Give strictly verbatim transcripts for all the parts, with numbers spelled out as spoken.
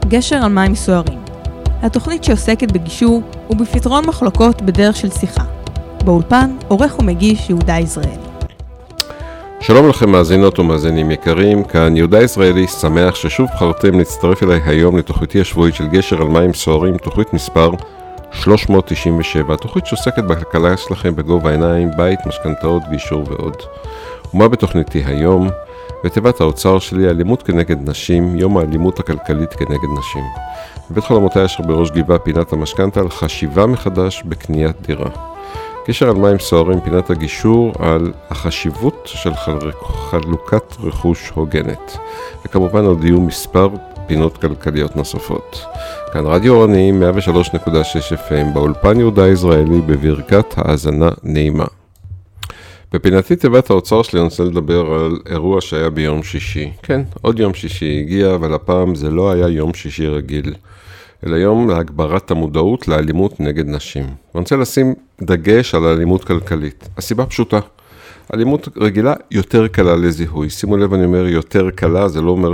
גשר על מים סוערים. התוכנית שעוסקת בגישור ובפתרון מחלוקות בדרך של שיחה. באולפן, עורך ומגיש יהודה ישראלי. שלום לכם מאזינות ומאזינים יקרים, כאן יהודה ישראלי, שמח ששוב בחרתם להצטרף אליי היום לתוכניתי השבועית של גשר על מים סוערים, תוכנית מספר שלוש מאות תשעים ושבע, תוכנית שעוסקת בכלכלה שלכם בגובה העיניים, בית, משכנתאות, גישור ועוד. ומה בתוכניתי היום? בתיבת האוצר שלי, אלימות כנגד נשים, יום האלימות הכלכלית כנגד נשים. בבית חלומותיי אשר בראש גבעה, פינת המשכנתה על חשיבה מחדש בקניית דירה. גשר על מים סוערים, פינת הגישור על החשיבות של חלוקת רכוש הוגנת. וכמובן עוד יהיו מספר פינות כלכליות נוספות. כאן רדיו אורני מאה ושלוש נקודה שש אף אם, באולפן יהודה ישראלי, בברכת האזנה נעימה. בפינתי תיבת האוצר שלי אני רוצה לדבר על אירוע שהיה ביום שישי. כן, עוד יום שישי הגיע, אבל הפעם זה לא היה יום שישי רגיל, אלא יום להגברת המודעות לאלימות נגד נשים. אני רוצה לשים דגש על האלימות כלכלית. הסיבה פשוטה. אלימות רגילה יותר קלה לזיהוי. שימו לב, אני אומר יותר קלה, זה לא אומר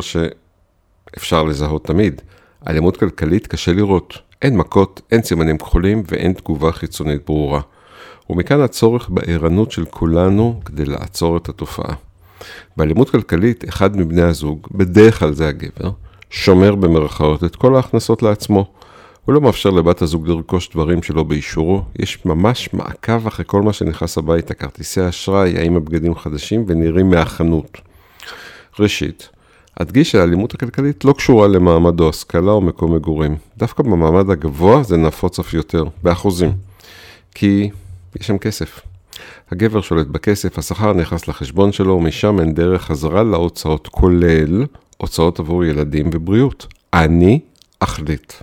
שאפשר לזהות תמיד. אלימות כלכלית קשה לראות. אין מכות, אין סימנים כחולים ואין תגובה חיצונית ברורה. ומכאן הצורך בערנות של כולנו כדי לעצור את התופעה. באלימות כלכלית, אחד מבני הזוג, בדרך כלל זה הגבר, שומר במרכאות את כל ההכנסות לעצמו. הוא לא מאפשר לבת הזוג לרכוש דברים שלא באישורו. יש ממש מעקב אחרי כל מה שנכנס הביתה, כרטיסי אשראי, האם הבגדים חדשים ונראים מהחנות. ראשית, הדגיש שהאלימות הכלכלית לא קשורה למעמד או השכלה או מקום מגורים. דווקא במעמד הגבוה זה נפוץ אף יותר, באחוזים. כי יש שם כסף. הגבר שולט בכסף, השכר נכנס לחשבון שלו, ומשם אין דרך חזרה להוצאות, כולל הוצאות עבור ילדים ובריאות. אני אחליט.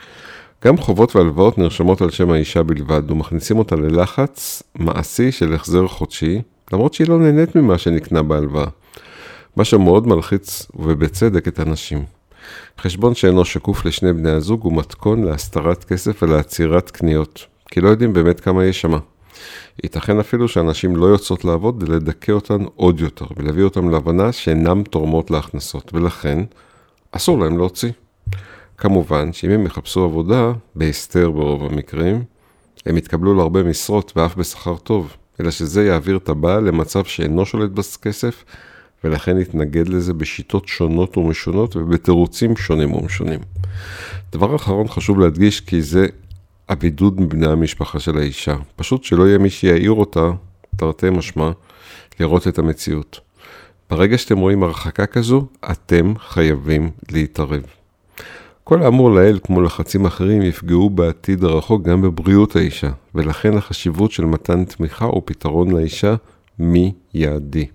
גם חובות והלוואות נרשמות על שם האישה בלבד, ומכניסים אותה ללחץ מעשי של החזר חודשי, למרות שהיא לא נהנית ממה שנקנה בהלוואה. מה שמאוד מלחיץ ובצדק את הנשים. חשבון שאינו שקוף לשני בני הזוג הוא מתכון להסתרת כסף ולעצירת קניות, כי לא יודעים באמת כמה יש שמה. ייתכן אפילו שאנשים לא יוצאות לעבוד לדכא אותן עוד יותר, ולהביא אותן להבנה שאינם תורמות להכנסות, ולכן אסור להם להוציא. כמובן שאם הם יחפשו עבודה, בהסתר ברוב המקרים, הם יתקבלו להרבה משרות ואף בשכר טוב, אלא שזה יעביר את הבעל למצב שאינו שולט בכסף, ולכן יתנגד לזה בשיטות שונות ומשונות ובתירוצים שונים ומשונים. דבר אחרון חשוב להדגיש כי זה הבידוד מבני המשפחה של האישה. פשוט שלא יהיה מי שיעיר אותה, תרתי משמע, לראות את המציאות. ברגע שאתם רואים הרחקה כזו, אתם חייבים להתערב. כל האמור לאל, כמו לחצים אחרים, יפגעו בעתיד הרחוק גם בבריאות האישה, ולכן החשיבות של מתן תמיכה או פתרון לאישה מיידי.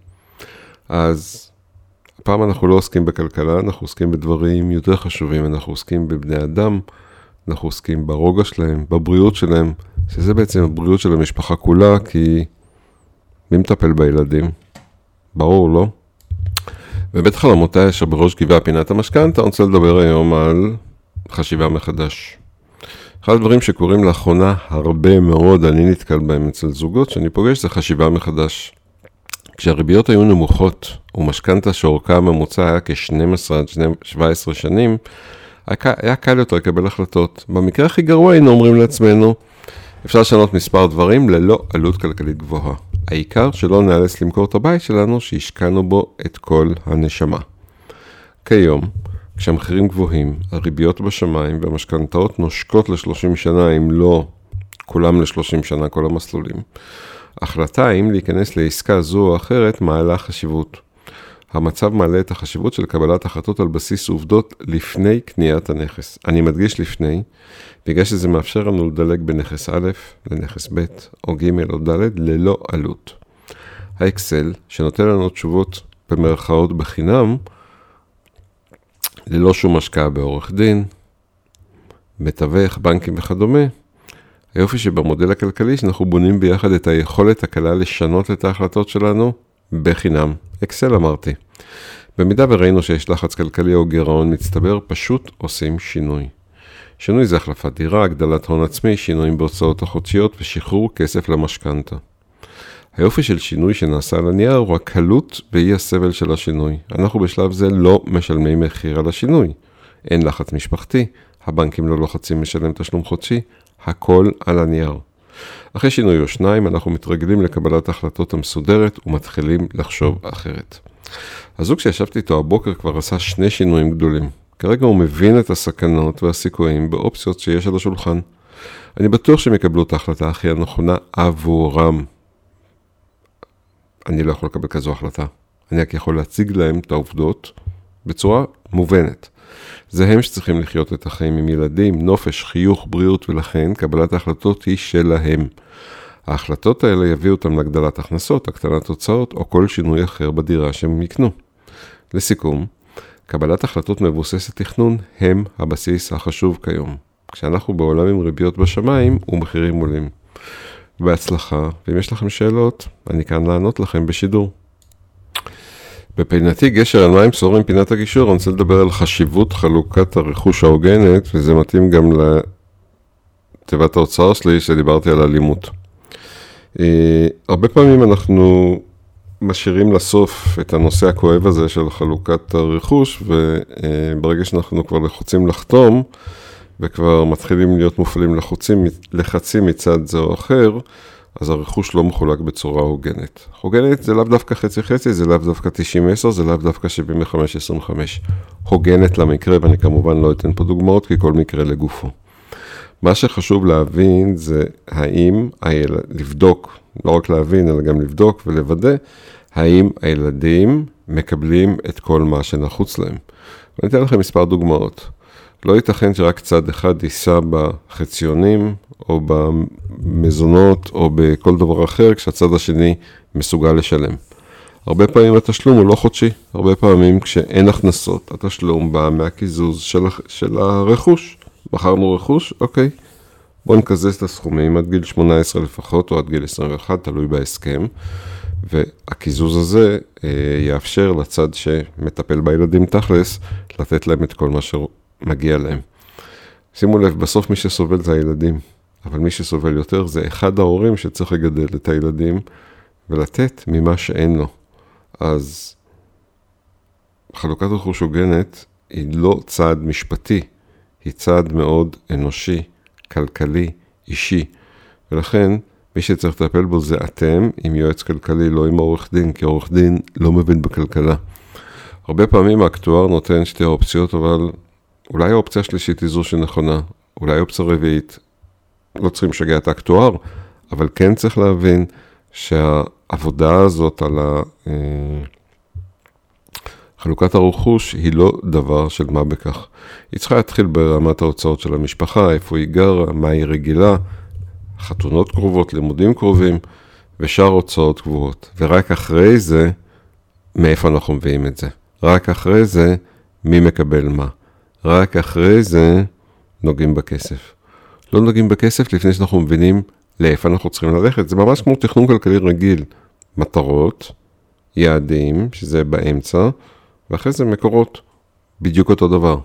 אז הפעם אנחנו לא עוסקים בכלכלה, אנחנו עוסקים בדברים יותר חשובים, אנחנו עוסקים בבני אדם, אנחנו עוסקים ברוגע שלהם, בבריאות שלהם, שזה בעצם הבריאות של המשפחה כולה, כי מי מטפל בילדים? ברור, לא? בבית חלומותיי אשר בראש גבעה, פינת המשכנתה, אני רוצה לדבר היום על חשיבה מחדש. אחד הדברים שקורים לאחרונה הרבה מאוד, אני נתקל בהם אצל זוגות שאני פוגש, זה חשיבה מחדש. כשהריביות היו נמוכות, ומשכנתה שאורכה הממוצע היה כ-שתים עשרה עד שבע עשרה שנים, היה קל יותר לקבל החלטות. במקרה הכי גרוע היינו אומרים לעצמנו, אפשר לשנות מספר דברים ללא עלות כלכלית גבוהה. העיקר שלא נאלץ למכור את הבית שלנו שהשקענו בו את כל הנשמה. כיום, כשהמחירים גבוהים, הריביות בשמיים והמשכנתאות נושקות ל-שלושים שנה, אם לא כולם ל-שלושים שנה, כל המסלולים. החלטה האם להיכנס לעסקה זו או אחרת מעלה חשיבות. המצב מעלה את החשיבות של קבלת החלטות על בסיס עובדות לפני קניית הנכס. אני מדגיש לפני, בגלל שזה מאפשר לנו לדלג בנכס א' לנכס ב' או ג' או ד' ללא עלות. האקסל, שנותן לנו תשובות במרכאות בחינם, ללא שום השקעה בעורך דין, מתווך, בנקים וכדומה, היופי שבמודל הכלכלי שאנחנו בונים ביחד את היכולת הקלה לשנות את ההחלטות שלנו בחינם. אקסל אמרתי. במידה וראינו שיש לחץ כלכלי או גירעון מצטבר, פשוט עושים שינוי. שינוי זה החלפת דירה, הגדלת הון עצמי, שינויים בהוצאות החודשיות ושחרור כסף למשכנתה. היופי של שינוי שנעשה על הנייר הוא הקלות ואי הסבל של השינוי. אנחנו בשלב זה לא משלמים מחיר על השינוי, אין לחץ משפחתי, הבנקים לא לוחצים לשלם תשלום חודשי, הכל על הנייר. אחרי שינוי או שניים, אנחנו מתרגלים לקבלת ההחלטות המסודרת ומתחילים לחשוב אחרת. הזוג שישבתי איתו הבוקר כבר עשה שני שינויים גדולים. כרגע הוא מבין את הסכנות והסיכויים באופציות שיש על השולחן. אני בטוח שהם יקבלו את ההחלטה הכי הנכונה עבורם. אני לא יכול לקבל כזו החלטה. אני רק יכול להציג להם את העובדות בצורה מובנת. זה הם שצריכים לחיות את החיים עם ילדים, נופש, חיוך, בריאות, ולכן קבלת ההחלטות היא שלהם. ההחלטות האלה יביאו אותם להגדלת הכנסות, הקטנת הוצאות או כל שינוי אחר בדירה שהם יקנו. לסיכום, קבלת החלטות מבוססת תכנון הם הבסיס החשוב כיום. כשאנחנו בעולם עם ריביות בשמיים ומחירים עולים. בהצלחה, ואם יש לכם שאלות, אני כאן לענות לכם בשידור. בפינתי גשר על מים סוערים פינת הגישור, אני רוצה לדבר על חשיבות חלוקת הרכוש ההוגנת, וזה מתאים גם לתיבת האוצר שלי שדיברתי על אלימות. הרבה פעמים אנחנו משאירים לסוף את הנושא הכואב הזה של חלוקת הרכוש, וברגע שאנחנו כבר לחוצים לחתום, וכבר מתחילים להיות מופעלים לחוצים, לחצים מצד זה או אחר, אז הרכוש לא מחולק בצורה הוגנת. הוגנת זה לאו דווקא חצי חצי, זה לאו דווקא תשעים עשר, זה לאו דווקא שבעים וחמש עשרים וחמש. הוגנת למקרה, ואני כמובן לא אתן פה דוגמאות, כי כל מקרה לגופו. מה שחשוב להבין זה האם, לבדוק, לא רק להבין, אלא גם לבדוק ולוודא, האם הילדים מקבלים את כל מה שנחוץ להם. ואני אתן לכם מספר דוגמאות. לא ייתכן שרק צד אחד יישא בחציונים, או במזונות, או בכל דבר אחר, כשהצד השני מסוגל לשלם. הרבה פעמים התשלום הוא לא חודשי, הרבה פעמים כשאין הכנסות, התשלום בא מהקיזוז של, של הרכוש. בחרנו רכוש, אוקיי, בואו נקזז את הסכומים עד גיל שמונה עשרה לפחות, או עד גיל עשרים ואחת, תלוי בהסכם, והקיזוז הזה אה, יאפשר לצד שמטפל בילדים תכלס, לתת להם את כל מה שמגיע להם. שימו לב, בסוף מי שסובל זה הילדים, אבל מי שסובל יותר זה אחד ההורים שצריך לגדל את הילדים, ולתת ממה שאין לו. אז חלוקת רכוש הוגנת היא לא צעד משפטי, היא צעד מאוד אנושי, כלכלי, אישי, ולכן מי שצריך לטפל בו זה אתם, עם יועץ כלכלי, לא עם עורך דין, כי עורך דין לא מבין בכלכלה. הרבה פעמים האקטואר נותן שתי אופציות, אבל אולי האופציה השלישית היא זו שנכונה, אולי האופציה רביעית, לא צריכים לשגע את האקטואר, אבל כן צריך להבין שהעבודה הזאת על חלוקת הרכוש היא לא דבר של מה בכך. היא צריכה להתחיל ברמת ההוצאות של המשפחה, איפה היא גרה, מה היא רגילה, חתונות קרובות, לימודים קרובים, ושאר הוצאות קבועות. ורק אחרי זה, מאיפה אנחנו מביאים את זה? רק אחרי זה, מי מקבל מה? רק אחרי זה, נוגעים בכסף. לא נוגעים בכסף לפני שאנחנו מבינים לאיפה אנחנו צריכים ללכת. זה ממש כמו תכנון כלכלי רגיל. מטרות, יעדים, שזה באמצע, ואחרי זה מקורות, בדיוק אותו דבר.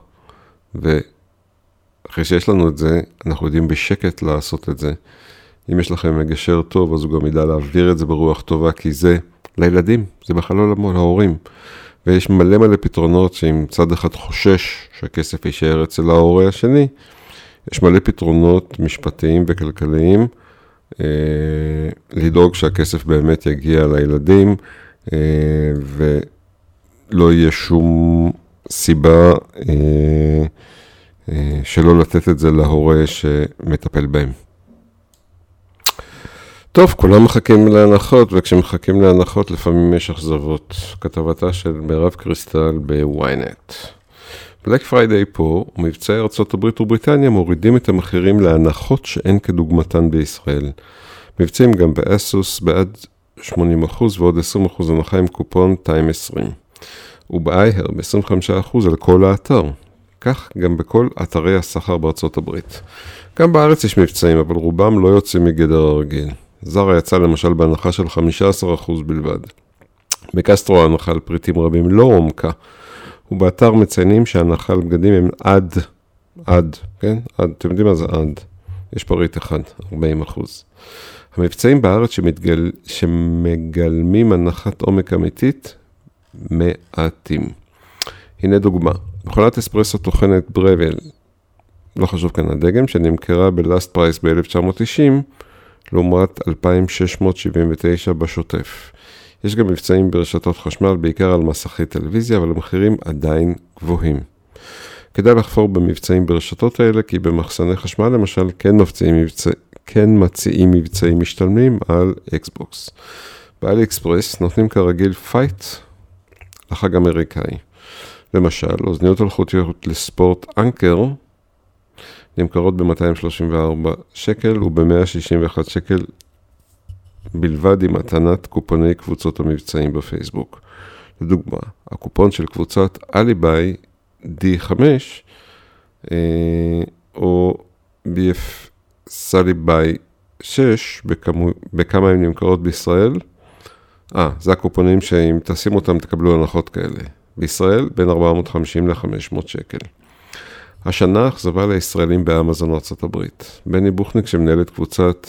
ואחרי שיש לנו את זה, אנחנו יודעים בשקט לעשות את זה. אם יש לכם מגשר טוב, אז הוא גם ידע להעביר את זה ברוח טובה, כי זה לילדים, זה בכלל לא למול ההורים. ויש מלא מלא פתרונות שאם צד אחד חושש שהכסף יישאר אצל ההורה השני, יש מלא פתרונות משפטיים וכלכליים, אה, לדאוג שהכסף באמת יגיע לילדים, אה, ולא יהיה שום סיבה אה, אה, שלא לתת את זה להורה שמטפל בהם. טוב, כולם מחכים להנחות, וכשמחכים להנחות לפעמים יש אכזבות. כתבתה של מירב קריסטל בוויינט. בלק פריידיי פה, ומבצעי ארצות הברית ובריטניה מורידים את המחירים להנחות שאין כדוגמתן בישראל. מבצעים גם באסוס בעד שמונים אחוז ועוד עשרים אחוז הנחה עם קופון טיים עשרים. ובאייהר ב-עשרים וחמישה אחוז על כל האתר. כך גם בכל אתרי הסחר בארצות הברית. גם בארץ יש מבצעים, אבל רובם לא יוצאים מגדר הרגיל. זרה יצא למשל בהנחה של חמישה עשר אחוז בלבד. בקסטרו ההנחה על פריטים רבים לא עומקה, ובאתר מציינים שההנחה על בגדים הם עד, עד, כן? עד, אתם יודעים מה זה עד? יש פריט אחד, ארבעים אחוז. המבצעים בארץ שמתגל, שמגלמים הנחת עומק אמיתית, מעטים. הנה דוגמה, מכונת אספרסו טוחנת ברבל, לא חשוב כאן הדגם, שנמכרה בלאסט פרייס ב-אלף תשע מאות תשעים, לעומת אלפיים שש מאות שבעים ותשע בשוטף. יש גם מבצעים ברשתות חשמל, בעיקר על מסכי טלוויזיה, אבל המחירים עדיין גבוהים. כדאי לחפור במבצעים ברשתות האלה, כי במחסני חשמל למשל כן מציעים, מבצע, כן מציעים מבצעים משתלמים על אקסבוקס. באלי אקספרס נותנים כרגיל פייט לחג אמריקאי. למשל, אוזניות אלחוטיות לספורט אנקר, נמכרות ב-מאתיים שלושים וארבע שקל וב-מאה שישים ואחד שקל בלבד עם מתנת קופוני קבוצות המבצעים בפייסבוק. לדוגמה, הקופון של קבוצת אליביי די חמש אה, או בי אף סליביי שש בכמה, בכמה הם נמכרות בישראל. אה, זה הקופונים שאם תשים אותם תקבלו הנחות כאלה. בישראל בין ארבע מאות וחמישים ל-חמש מאות שקל. השנה אכזבה לישראלים באמזון ארצות הברית. בני בוכניק שמנהלת קבוצת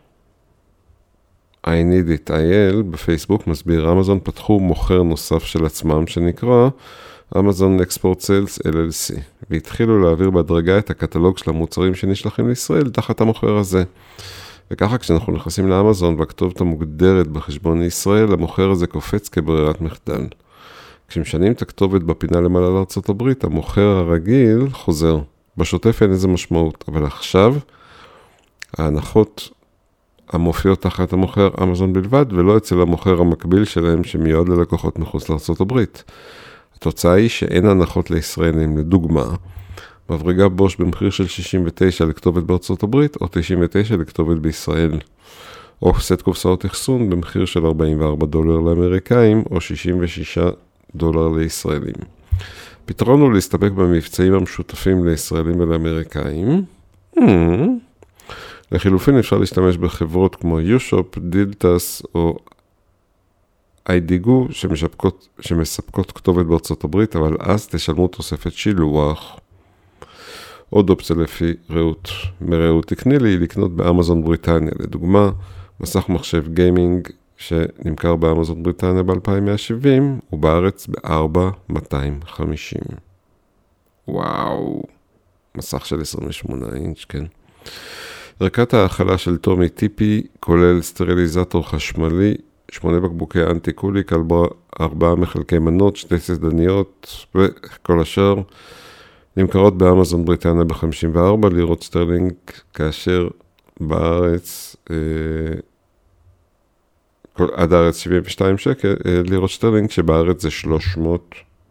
I need it איי אל בפייסבוק מסביר, אמזון פתחו מוכר נוסף של עצמם שנקרא אמזון אקספורט סיילס אל אל סי, והתחילו להעביר בהדרגה את הקטלוג של המוצרים שנשלחים לישראל תחת המוכר הזה. וככה כשאנחנו נכנסים לאמזון והכתובת המוגדרת בחשבון לישראל, המוכר הזה קופץ כברירת מחדל. כשמשנים את הכתובת בפינה למעלה לארצות הברית, המוכר הרגיל חוזר. בשוטף אין איזה משמעות, אבל עכשיו ההנחות המופיעות תחת המוכר אמזון בלבד, ולא אצל המוכר המקביל שלהם שמיועד ללקוחות מחוץ לארצות הברית. התוצאה היא שאין הנחות לישראלים. לדוגמה, מברגה בוש במחיר של שישים ותשע לכתובת בארצות הברית, או תשעים ותשע לכתובת בישראל. או סט קופסאות אחסון במחיר של ארבעים וארבעה דולר לאמריקאים, או שישים ושישה דולר לישראלים. פתרון הוא להסתפק במבצעים המשותפים לישראלים ולאמריקאים. Hmm. לחילופין אפשר להשתמש בחברות כמו יושופ, דילטס או איידיגו שמשפקות, שמספקות כתובת בארצות הברית, אבל אז תשלמו תוספת שילוח. עוד אופציה לפי ראות מראות תקני לי לקנות באמזון בריטניה. לדוגמה, מסך מחשב גיימינג שנמכר באמזון בריטניה ב-אלפיים מאה שבעים ובארץ ב-ארבע אלף מאתיים וחמישים. וואו, מסך של עשרים ושמונה אינץ', כן. ערכת האכלה של טומי טיפי כולל סטריליזטור חשמלי, שמונה בקבוקי אנטי-קוליק, ארבעה מחלקי מנות, שתי סדניות וכל השאר נמכרות באמזון בריטניה ב-חמישים וארבע לירות סטרלינג, כאשר בארץ אה, כל, עד הארץ שבעים ושתיים שקל אה, לירות סטרלינג, שבארץ זה שלוש מאות,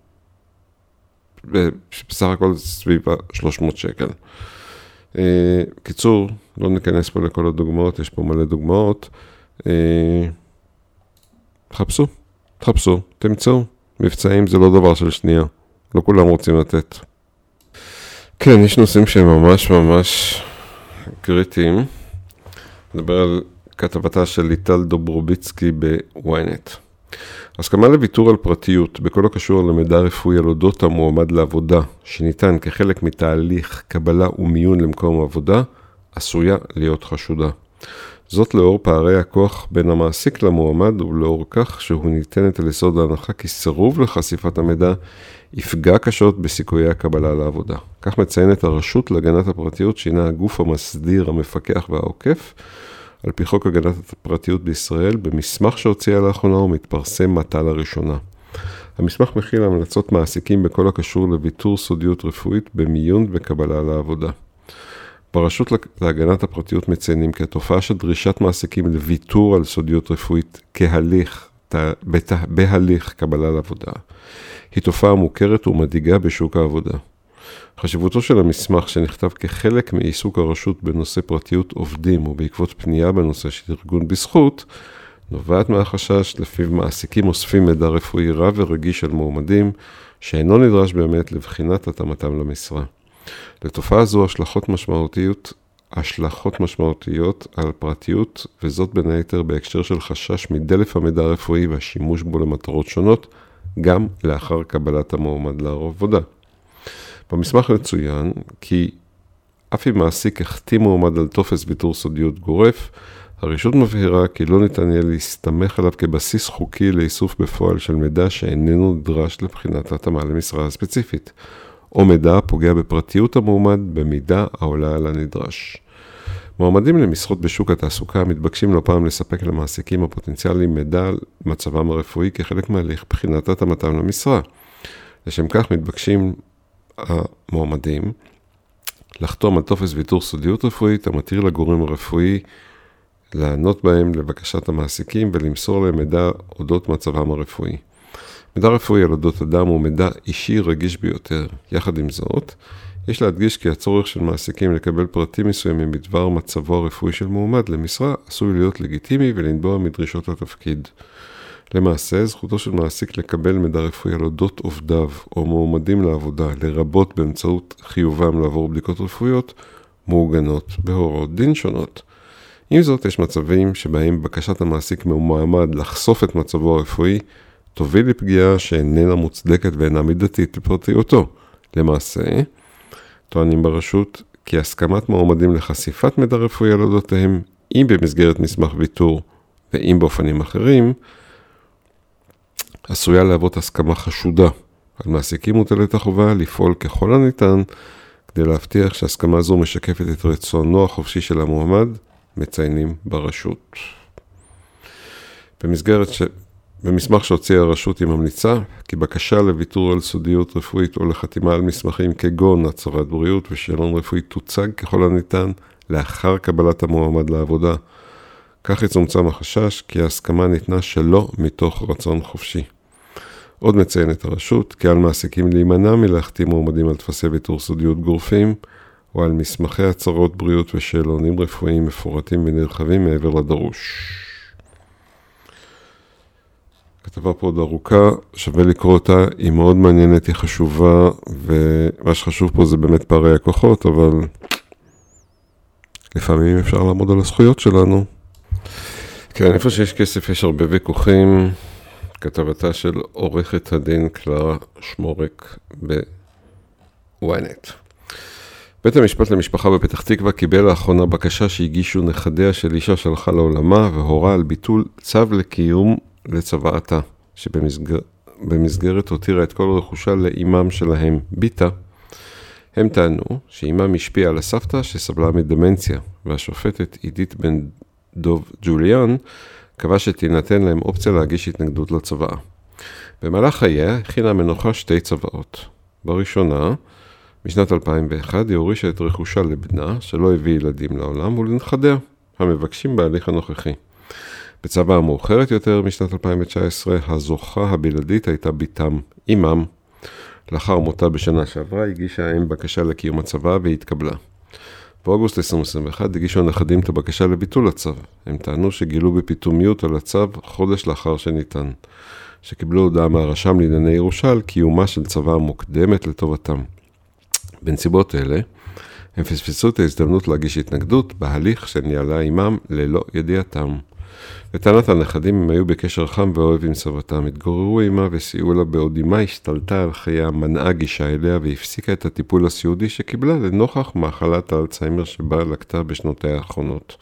בסך הכל זה סביב שלוש מאות שקל. אה, קיצור, לא ניכנס פה לכל הדוגמאות, יש פה מלא דוגמאות. אה, תחפשו, תחפשו, תמצאו. מבצעים זה לא דבר של שנייה, לא כולם רוצים לתת. כן, יש נושאים שהם ממש ממש קריטיים. נדבר על כתבתה של ליטל דוברוביצקי בוויינט. הסכמה לוויתור על פרטיות בכל הקשור למידע רפואי על אודות המועמד לעבודה, שניתן כחלק מתהליך קבלה ומיון למקום עבודה, עשויה להיות חשודה. זאת לאור פערי הכוח בין המעסיק למועמד, ולאור כך שהוא ניתנת על יסוד ההנחה כי סירוב לחשיפת המידע יפגע קשות בסיכויי הקבלה לעבודה. כך מציינת הרשות להגנת הפרטיות, שהינה הגוף המסדיר, המפקח והעוקף, על פי חוק הגנת הפרטיות בישראל, במסמך שהוציאה לאחרונה ומתפרסם מטה לראשונה. המסמך מכיל המלצות מעסיקים בכל הקשור לוויתור סודיות רפואית במיון וקבלה לעבודה. ברשות להגנת הפרטיות מציינים כי התופעה של דרישת מעסיקים לוויתור על סודיות רפואית כהליך, בהליך קבלה לעבודה, היא תופעה מוכרת ומדאיגה בשוק העבודה. חשיבותו של המסמך שנכתב כחלק מעיסוק הרשות בנושא פרטיות עובדים ובעקבות פנייה בנושא של ארגון בזכות, נובעת מהחשש לפיו מעסיקים אוספים מידע רפואי רב ורגיש על מועמדים שאינו נדרש באמת לבחינת התאמתם למשרה. לתופעה זו השלכות משמעותיות, השלכות משמעותיות על פרטיות, וזאת בין היתר בהקשר של חשש מדלף המידע הרפואי והשימוש בו למטרות שונות, גם לאחר קבלת המועמד לעבודה. במסמך מצוין כי אף אם מעסיק החתים מועמד על טופס ויתור סודיות גורף, הרשות מבהירה כי לא ניתן יהיה להסתמך עליו כבסיס חוקי לאיסוף בפועל של מידע שאיננו נדרש לבחינת התאמה למשרה הספציפית, או מידע פוגע בפרטיות המועמד במידה העולה על הנדרש. מועמדים למשרות בשוק התעסוקה מתבקשים לא פעם לספק למעסיקים הפוטנציאליים מידע על מצבם הרפואי כחלק מהליך בחינת התאמתם למשרה. לשם כך מתבקשים המועמדים לחתום על טופס ויתור סודיות רפואית המתיר לגורם הרפואי לענות בהם לבקשת המעסיקים ולמסור להם מידע אודות מצבם הרפואי. מידע רפואי על אודות אדם הוא מידע אישי רגיש ביותר. יחד עם זאת, יש להדגיש כי הצורך של מעסיקים לקבל פרטים מסוימים בדבר מצבו הרפואי של מועמד למשרה עשוי להיות לגיטימי ולנבוע מדרישות התפקיד. למעשה, זכותו של מעסיק לקבל מידע רפואי על אודות עובדיו או מועמדים לעבודה, לרבות באמצעות חיובם לעבור בדיקות רפואיות, מעוגנות בהוראות דין שונות. עם זאת, יש מצבים שבהם בקשת המעסיק ממועמד לחשוף את מצבו הרפואי תוביל לפגיעה שאיננה מוצדקת ואינה מידתית לפרטיותו. למעשה, טוענים ברשות כי הסכמת מועמדים לחשיפת מידע רפואי על אודותיהם, אם במסגרת מסמך ויתור ואם באופנים אחרים, עשויה להוות הסכמה חשודה. על מעסיקים מוטלת החובה לפעול ככל הניתן כדי להבטיח שהסכמה זו משקפת את רצונו החופשי של המועמד, מציינים ברשות. במסגרת ש... במסמך שהוציאה הרשות היא ממליצה כי בקשה לוויתור על סודיות רפואית או לחתימה על מסמכים כגון הצהרת בריאות ושאלון רפואי תוצג ככל הניתן לאחר קבלת המועמד לעבודה. כך יצומצם החשש כי ההסכמה ניתנה שלא מתוך רצון חופשי. עוד מציינת הרשות כי על מעסיקים להימנע מלהחתים מועמדים על תפסי ויתור סודיות גורפים או על מסמכי הצהרות בריאות ושאלונים רפואיים מפורטים ונרחבים מעבר לדרוש. כתבה פה עוד ארוכה, שווה לקרוא אותה, היא מאוד מעניינת, היא חשובה, ומה שחשוב פה זה באמת פערי הכוחות, אבל לפעמים אפשר לעמוד על הזכויות שלנו. כן, איפה שיש כסף יש הרבה ויכוחים. כתבתה של עורכת הדין קלרה שמורק בוויינט. בית המשפט למשפחה בפתח תקווה קיבל לאחרונה בקשה שהגישו נכדיה של אישה שהלכה לעולמה, והורה על ביטול צו לקיום לצוואתה, שבמסגרת הותירה את כל רכושה לאימם שלהם, ביתה. הם טענו שאימם השפיעה על הסבתא שסבלה מדמנציה, והשופטת עידית בן דוב ג'וליאן קבע שתינתן להם אופציה להגיש התנגדות לצוואה. במהלך חייה הכינה המנוחה שתי צוואות. בראשונה, בשנת אלפיים ואחת היא הורישה את רכושה לבנה שלא הביא ילדים לעולם ולנכדיה, המבקשים בהליך הנוכחי. בצוואה המאוחרת יותר משנת אלפיים תשע עשרה, הזוכה הבלעדית הייתה ביתם, אימם. לאחר מותה בשנה שעברה הגישה האם בקשה לקיום הצוואה והתקבלה. באוגוסט עשרים עשרים ואחת הגישו הנכדים את הבקשה לביטול הצו. הם טענו שגילו בפתאומיות על הצו חודש לאחר שניתן, שקיבלו הודעה מהרשם לענייני ירושה על קיומה של צוואה מוקדמת לטובתם. בנסיבות אלה, הם פספסו את ההזדמנות להגיש התנגדות בהליך שניהלה עימם ללא ידיעתם. לטענת הנכדים הם היו בקשר חם ואוהב עם סבתם, התגוררו עימה וסייעו לה בעוד אימה השתלטה על חייה, מנעה גישה אליה והפסיקה את הטיפול הסיעודי שקיבלה לנוכח מחלת האלצהיימר שבה לקטה בשנותיה האחרונות.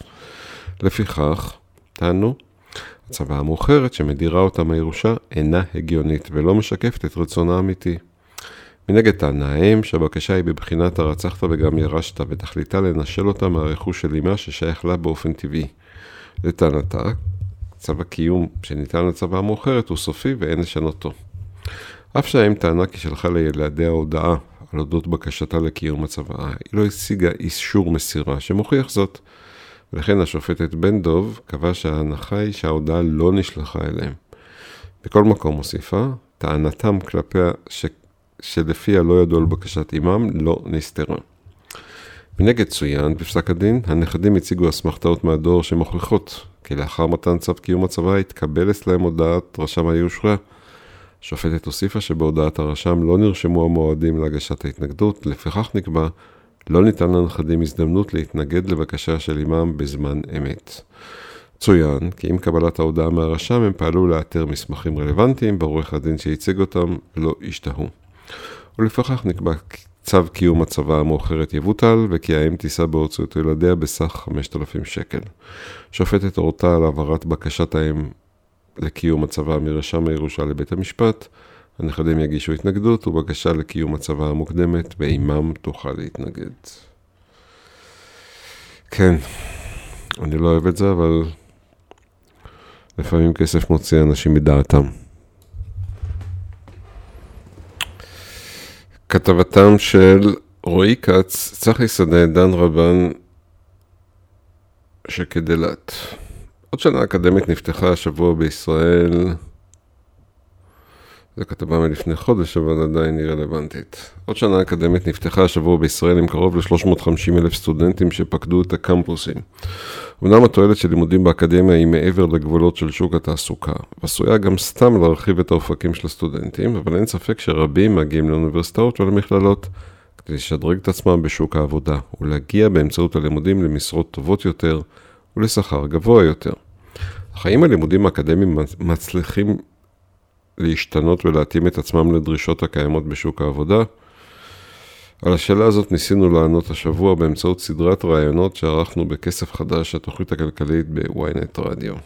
לפיכך, טענו, הצוואה המאוחרת שמדירה אותה מהירושה אינה הגיונית ולא משקפת את רצונה האמיתי. מנגד טענה האם שהבקשה היא בבחינת הרצחת וגם ירשת ותכליתה לנשל אותה מהרכוש של אימה ששייך לה באופן טבעי. לטענתה, צו הקיום שניתן לצוואה המאוחרת הוא סופי ואין לשנותו. אף שהאם טענה כי שלחה לילדיה הודעה על אודות בקשתה לקיום הצוואה, היא לא השיגה אישור מסירה שמוכיח זאת, ולכן השופטת בן דוב קבע שההנחה היא שההודעה לא נשלחה אליהם. בכל מקום מוסיפה, טענתם כלפיה ש... שלפיה לא ידעו על בקשת אימם לא נסתרה. מנגד צוין בפסק הדין, הנכדים הציגו אסמכתאות מהדור שמוכיחות כי לאחר מתן צו קיום הצוואה התקבל אצלהם הודעת רשם הירושה. השופטת הוסיפה שבהודעת הרשם לא נרשמו המועדים להגשת ההתנגדות, לפיכך נקבע לא ניתן לנכדים הזדמנות להתנגד לבקשה של אימם בזמן אמת. צוין כי עם קבלת ההודעה מהרשם הם פעלו לאתר מסמכים רלוונטיים בעורך הדין שהציג אותם לא השתהו. ולפיכך נקבע צו צו קיום הצבא המאוחרת יבוטל, וכי האם תישא בהוצאות ילדיה בסך חמשת אלפים שקל. שופטת הורתה על העברת בקשת האם לקיום הצבא מרשם הירושה לבית המשפט, הנכדים יגישו התנגדות ובקשה לקיום הצבא המוקדמת, ואימם תוכל להתנגד. כן, אני לא אוהב את זה, אבל לפעמים כסף מוציא אנשים מדעתם. כתבתם של רועי קץ, צחי שדה, דן רבן, שכדלת. עוד שנה אקדמית נפתחה השבוע בישראל, זו כתבה מלפני חודש, אבל עדיין היא רלוונטית. עוד שנה אקדמית נפתחה השבוע בישראל עם קרוב ל-שלוש מאות וחמישים אלף סטודנטים שפקדו את הקמפוסים. אמנם התועלת של לימודים באקדמיה היא מעבר לגבולות של שוק התעסוקה, ועשויה גם סתם להרחיב את האופקים של הסטודנטים, אבל אין ספק שרבים מגיעים לאוניברסיטאות ולמכללות כדי לשדרג את עצמם בשוק העבודה, ולהגיע באמצעות הלימודים למשרות טובות יותר ולשכר גבוה יותר. החיים הלימודים האקדמיים מצליחים להשתנות ולהתאים את עצמם לדרישות הקיימות בשוק העבודה. על השאלה הזאת ניסינו לענות השבוע באמצעות סדרת רעיונות שערכנו בכסף חדש, התוכנית הכלכלית בוויינט רדיו.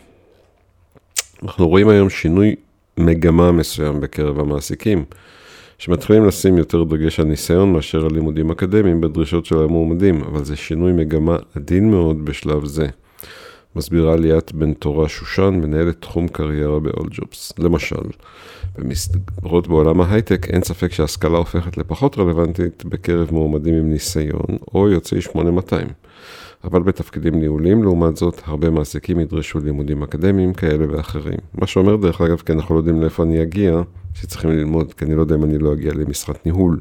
אנחנו רואים היום שינוי מגמה מסוים בקרב המעסיקים, שמתחילים לשים יותר דגש על ניסיון מאשר על לימודים אקדמיים בדרישות של המועמדים, אבל זה שינוי מגמה עדין מאוד בשלב זה. מסבירה ליאת בן תורה שושן, מנהלת תחום קריירה ב-AllJobs. למשל, במסגרות בעולם ההייטק אין ספק שההשכלה הופכת לפחות רלוונטית בקרב מועמדים עם ניסיון או יוצאי שמונה מאתיים. אבל בתפקידים ניהולים, לעומת זאת, הרבה מעסיקים ידרשו לימודים אקדמיים כאלה ואחרים. מה שאומר דרך אגב, כי אנחנו לא יודעים לאיפה אני אגיע, שצריכים ללמוד, כי אני לא יודע אם אני לא אגיע למשרת ניהול.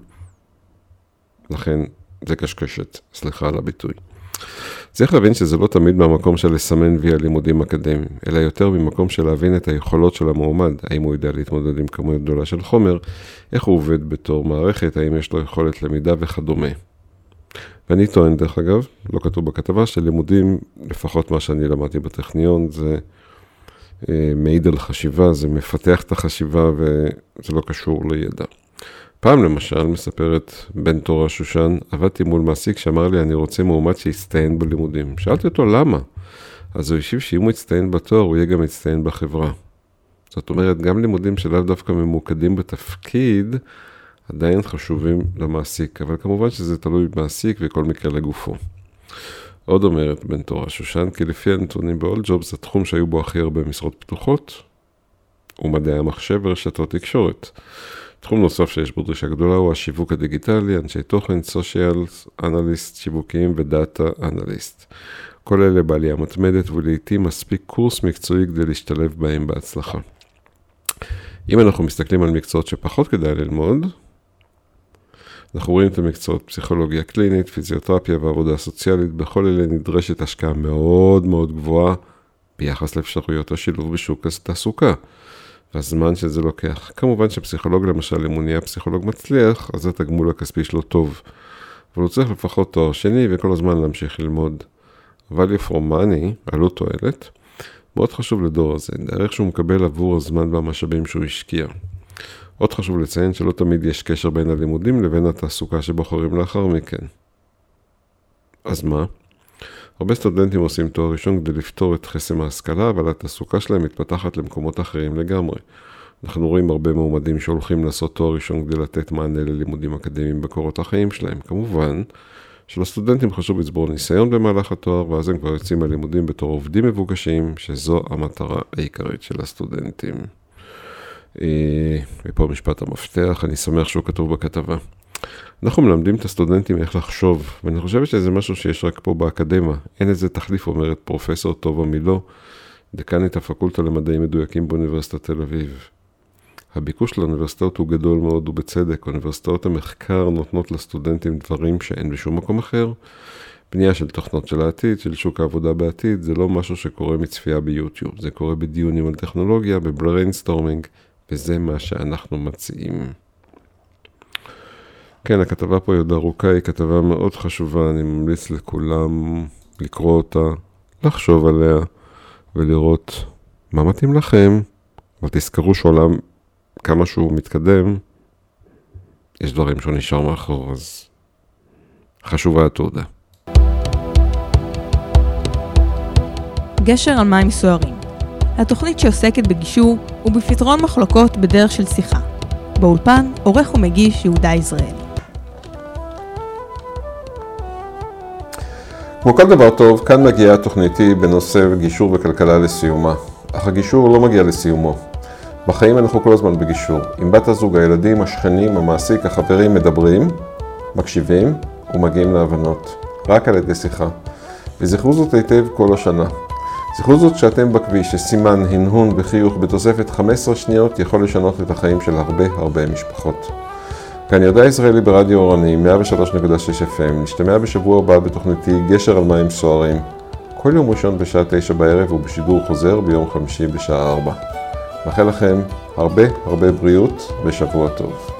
לכן זה קשקשת, סליחה על הביטוי. צריך להבין שזה לא תמיד מהמקום של לסמן וי הלימודים אקדמיים, אלא יותר ממקום של להבין את היכולות של המועמד, האם הוא יודע להתמודד עם כמות גדולה של חומר, איך הוא עובד בתור מערכת, האם יש לו יכולת למידה וכדומה. ואני טוען דרך אגב, לא כתוב בכתבה, שלימודים, לפחות מה שאני למדתי בטכניון, זה אה, מעיד על חשיבה, זה מפתח את החשיבה וזה לא קשור לידע. פעם למשל, מספרת בן תורה שושן, עבדתי מול מעסיק שאמר לי, אני רוצה מועמד שיצטיין בלימודים. שאלתי אותו, למה? אז הוא השיב שאם הוא יצטיין בתואר, הוא יהיה גם יצטיין בחברה. זאת אומרת, גם לימודים שלאו דווקא ממוקדים בתפקיד, עדיין חשובים למעסיק, אבל כמובן שזה תלוי במעסיק וכל מקרה לגופו. עוד אומרת בן תורה שושן, כי לפי הנתונים ב-AllJobs, התחום שהיו בו הכי הרבה משרות פתוחות, הוא מדעי המחשב ורשתות תקשורת. תחום נוסף שיש בו דרישה גדולה הוא השיווק הדיגיטלי, אנשי תוכן, סושיאל, אנליסט, שיווקיים ודאטה אנליסט. כל אלה בעלייה מתמדת ולעיתים מספיק קורס מקצועי כדי להשתלב בהם בהצלחה. אם אנחנו מסתכלים על מקצועות שפחות כדאי ללמוד, אנחנו רואים את המקצועות פסיכולוגיה קלינית, פיזיותרפיה ועבודה סוציאלית, בכל אלה נדרשת השקעה מאוד מאוד גבוהה ביחס לאפשרויות השילוב בשוק התעסוקה. והזמן שזה לוקח. כמובן שפסיכולוג למשל, אם הוא נהיה פסיכולוג מצליח, אז התגמול הכספי שלו טוב. אבל הוא צריך לפחות תואר שני וכל הזמן להמשיך ללמוד. value for money, עלות תועלת, מאוד חשוב לדור הזה, דרך שהוא מקבל עבור הזמן והמשאבים שהוא השקיע. עוד חשוב לציין שלא תמיד יש קשר בין הלימודים לבין התעסוקה שבוחרים לאחר מכן. אז מה? הרבה סטודנטים עושים תואר ראשון כדי לפתור את חסם ההשכלה, אבל התעסוקה שלהם מתפתחת למקומות אחרים לגמרי. אנחנו רואים הרבה מועמדים שהולכים לעשות תואר ראשון כדי לתת מענה ללימודים אקדמיים בקורות החיים שלהם. כמובן שלסטודנטים חשוב לצבור ניסיון במהלך התואר, ואז הם כבר יוצאים מהלימודים בתור עובדים מבוקשים, שזו המטרה העיקרית של הסטודנטים. ופה משפט המפתח, אני שמח שהוא כתוב בכתבה. אנחנו מלמדים את הסטודנטים איך לחשוב, ואני חושבת שזה משהו שיש רק פה באקדמיה. אין איזה תחליף, אומרת פרופסור טובה מילו, דקנית הפקולטה למדעים מדויקים באוניברסיטת תל אביב. הביקוש לאוניברסיטאות הוא גדול מאוד ובצדק. אוניברסיטאות המחקר נותנות לסטודנטים דברים שאין בשום מקום אחר. בנייה של תוכנות של העתיד, של שוק העבודה בעתיד, זה לא משהו שקורה מצפייה ביוטיוב. זה קורה בדיונים על טכנולוגיה, בבריינסטורמינג, וזה מה שאנחנו מציעים. כן, הכתבה פה עוד ארוכה, היא כתבה מאוד חשובה, אני ממליץ לכולם לקרוא אותה, לחשוב עליה ולראות מה מתאים לכם, אבל תזכרו שעולם כמה שהוא מתקדם, יש דברים שהוא נשאר מאחור, אז חשובה התעודה. גשר על מים סוערים. התוכנית שעוסקת בגישור ובפתרון מחלוקות בדרך של שיחה. באולפן עורך ומגיש יהודה יזרעאלי. כמו כל דבר טוב, כאן מגיעה תוכניתי בנושא גישור וכלכלה לסיומה. אך הגישור לא מגיע לסיומו. בחיים אנחנו כל הזמן בגישור. עם בת הזוג, הילדים, השכנים, המעסיק, החברים מדברים, מקשיבים ומגיעים להבנות. רק על ידי שיחה. וזכרו זאת היטב כל השנה. זכרו זאת שאתם בכביש, שסימן, הנהון וחיוך בתוספת חמש עשרה שניות יכול לשנות את החיים של הרבה הרבה משפחות. כאן יהודה יזרעאלי ברדיו אורני, מאה ושלוש נקודה שש אף אם, נשתמע בשבוע הבא בתוכניתי גשר על מים סוערים. כל יום ראשון בשעה תשע בערב ובשידור חוזר ביום חמישי בשעה ארבע. מאחל לכם הרבה הרבה בריאות ושבוע טוב.